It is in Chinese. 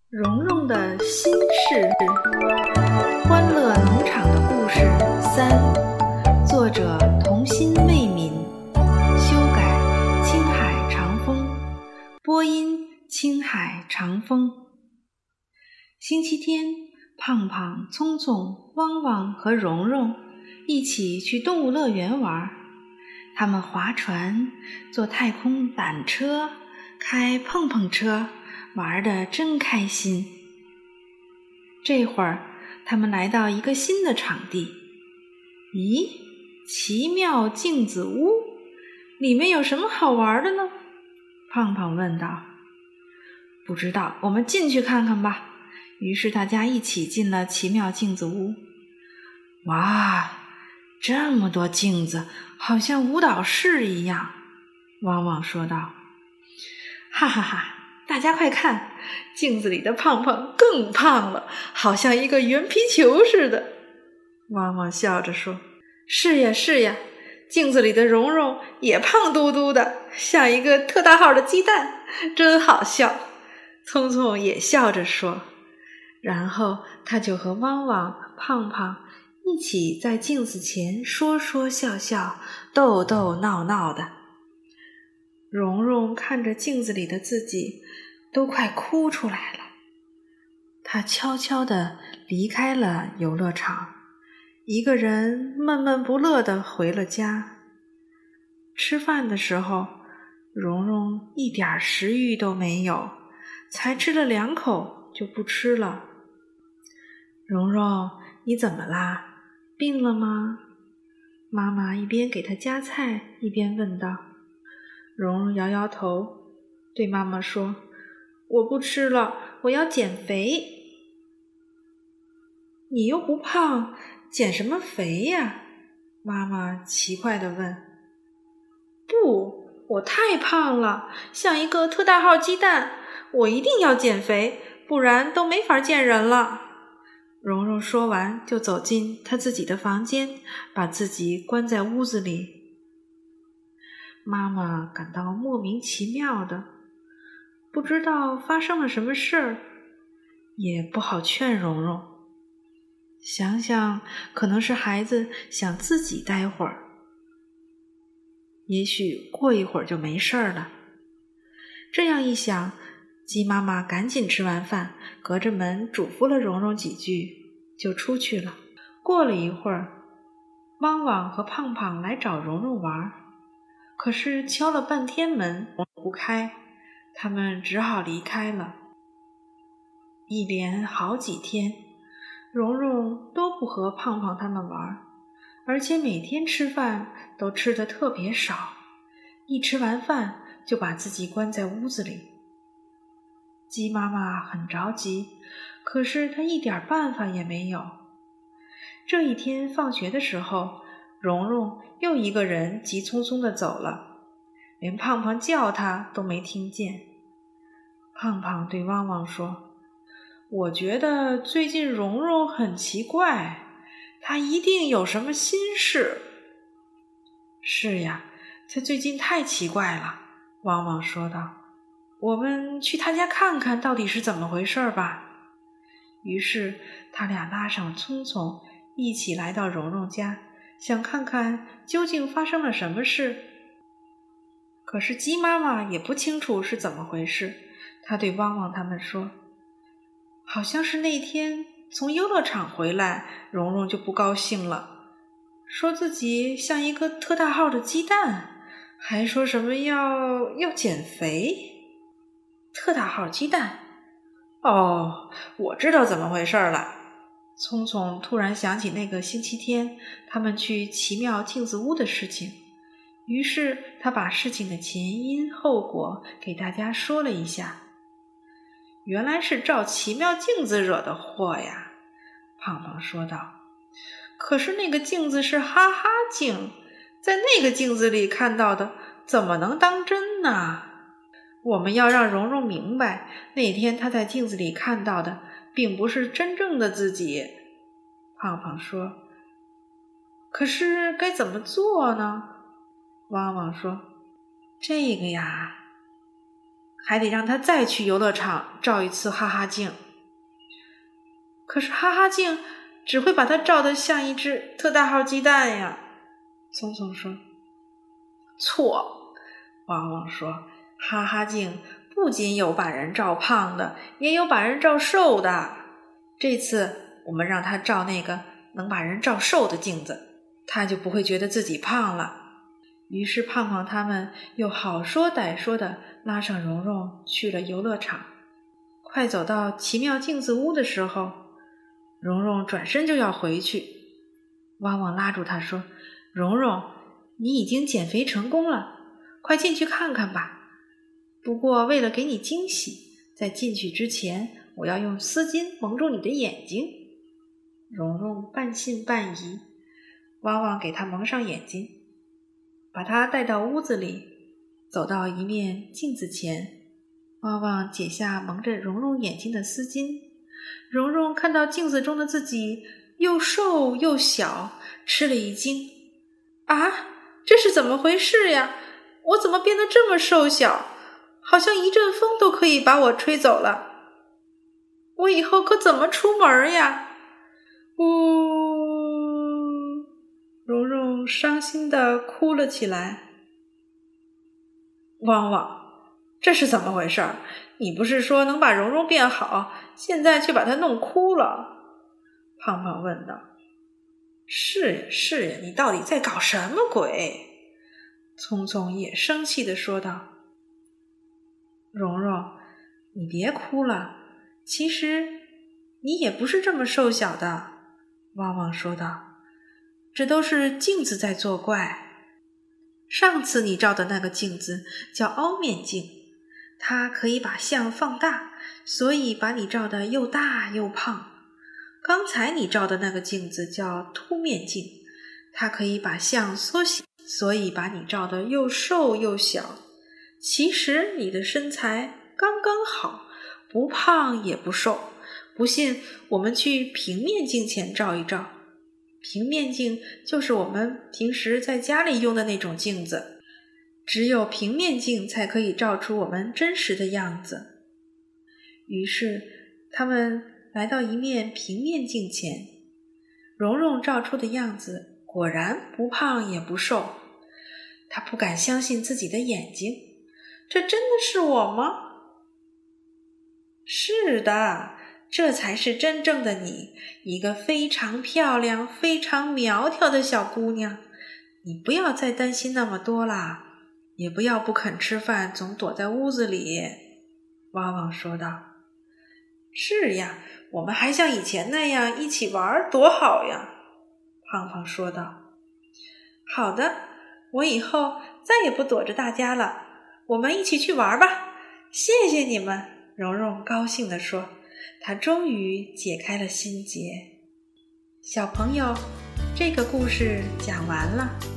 蓉蓉的心事，欢乐农场的故事3，作者童心未泯，修改青海长风，播音青海长风。星期天，胖胖、聪聪、汪汪和蓉蓉一起去动物乐园玩。他们划船，坐太空缆车，开碰碰车，玩得真开心。这会儿，他们来到一个新的场地。咦，奇妙镜子屋，里面有什么好玩的呢？胖胖问道。不知道，我们进去看看吧。于是大家一起进了奇妙镜子屋。哇，这么多镜子，好像舞蹈室一样，汪汪说道。哈哈哈，大家快看，镜子里的胖胖更胖了，好像一个圆皮球似的。汪汪笑着说。是呀是呀，镜子里的蓉蓉也胖嘟嘟的，像一个特大号的鸡蛋，真好笑。聪聪也笑着说。然后他就和汪汪、胖胖一起在镜子前说说笑笑，逗逗闹闹的。蓉蓉看着镜子里的自己，都快哭出来了。她悄悄地离开了游乐场，一个人闷闷不乐地回了家。吃饭的时候，蓉蓉一点食欲都没有，才吃了2口就不吃了。蓉蓉，你怎么啦？病了吗？妈妈一边给她夹菜，一边问道。蓉蓉摇摇头，对妈妈说，我不吃了，我要减肥。你又不胖，减什么肥呀？妈妈奇怪地问。不，我太胖了，像一个特大号鸡蛋，我一定要减肥，不然都没法见人了。蓉蓉说完就走进她自己的房间，把自己关在屋子里。妈妈感到莫名其妙的，不知道发生了什么事儿，也不好劝蓉蓉。想想可能是孩子想自己待会儿，也许过一会儿就没事儿了。这样一想，鸡妈妈赶紧吃完饭，隔着门嘱咐了蓉蓉几句，就出去了。过了一会儿，汪汪和胖胖来找蓉蓉玩，可是敲了半天门不开，他们只好离开了。一连好几天，蓉蓉都不和胖胖他们玩，而且每天吃饭都吃得特别少，一吃完饭就把自己关在屋子里。鸡妈妈很着急，可是她一点办法也没有。这一天放学的时候，蓉蓉又一个人急匆匆地走了，连胖胖叫她都没听见。胖胖对汪汪说，我觉得最近蓉蓉很奇怪，她一定有什么心事。是呀，她最近太奇怪了，汪汪说道。我们去他家看看到底是怎么回事吧。于是他俩拉上聪聪，一起来到蓉蓉家，想看看究竟发生了什么事。可是鸡妈妈也不清楚是怎么回事，她对汪汪他们说，好像是那天从游乐场回来，蓉蓉就不高兴了，说自己像一个特大号的鸡蛋，还说什么要减肥。特大号鸡蛋？哦，我知道怎么回事了。聪聪突然想起那个星期天他们去奇妙镜子屋的事情，于是他把事情的前因后果给大家说了一下。原来是照奇妙镜子惹的祸呀，胖胖说道。可是那个镜子是哈哈镜，在那个镜子里看到的怎么能当真呢？我们要让蓉蓉明白，那天她在镜子里看到的并不是真正的自己。胖胖说。可是该怎么做呢？汪汪说。这个呀， 还得让他再去游乐场照一次哈哈镜。可是哈哈镜只会把他照得像一只特大号鸡蛋呀。聪聪说。错，汪汪说，哈哈镜不仅有把人照胖的，也有把人照瘦的。这次我们让他照那个能把人照瘦的镜子，他就不会觉得自己胖了。于是胖胖他们又好说歹说的拉上蓉蓉去了游乐场。快走到奇妙镜子屋的时候，蓉蓉转身就要回去。汪汪拉住她说，蓉蓉，你已经减肥成功了，快进去看看吧。不过为了给你惊喜，在进去之前，我要用丝巾蒙住你的眼睛。蓉蓉半信半疑，汪汪给她蒙上眼睛，把她带到屋子里，走到一面镜子前，汪汪解下蒙着蓉蓉眼睛的丝巾。蓉蓉看到镜子中的自己又瘦又小，吃了一惊。啊，这是怎么回事呀？我怎么变得这么瘦小？好像一阵风都可以把我吹走了。我以后可怎么出门呀？呜，蓉蓉伤心地哭了起来。汪汪，这是怎么回事？你不是说能把蓉蓉变好，现在却把她弄哭了？胖胖问道。是呀，你到底在搞什么鬼？聪聪也生气地说道。蓉蓉，你别哭了，其实你也不是这么瘦小的，汪汪说道。这都是镜子在作怪。上次你照的那个镜子叫凹面镜，它可以把像放大，所以把你照得又大又胖。刚才你照的那个镜子叫凸面镜，它可以把像缩小，所以把你照得又瘦又小。其实你的身材刚刚好，不胖也不瘦。不信，我们去平面镜前照一照。平面镜就是我们平时在家里用的那种镜子，只有平面镜才可以照出我们真实的样子。于是他们来到一面平面镜前，蓉蓉照出的样子果然不胖也不瘦。她不敢相信自己的眼睛，这真的是我吗？是的，这才是真正的你，一个非常漂亮、非常苗条的小姑娘。你不要再担心那么多啦，也不要不肯吃饭，总躲在屋子里。汪汪说道。是呀，我们还像以前那样一起玩，多好呀！胖胖说道。好的，我以后再也不躲着大家了，我们一起去玩吧。谢谢你们，蓉蓉高兴地说。她终于解开了心结。小朋友，这个故事讲完了。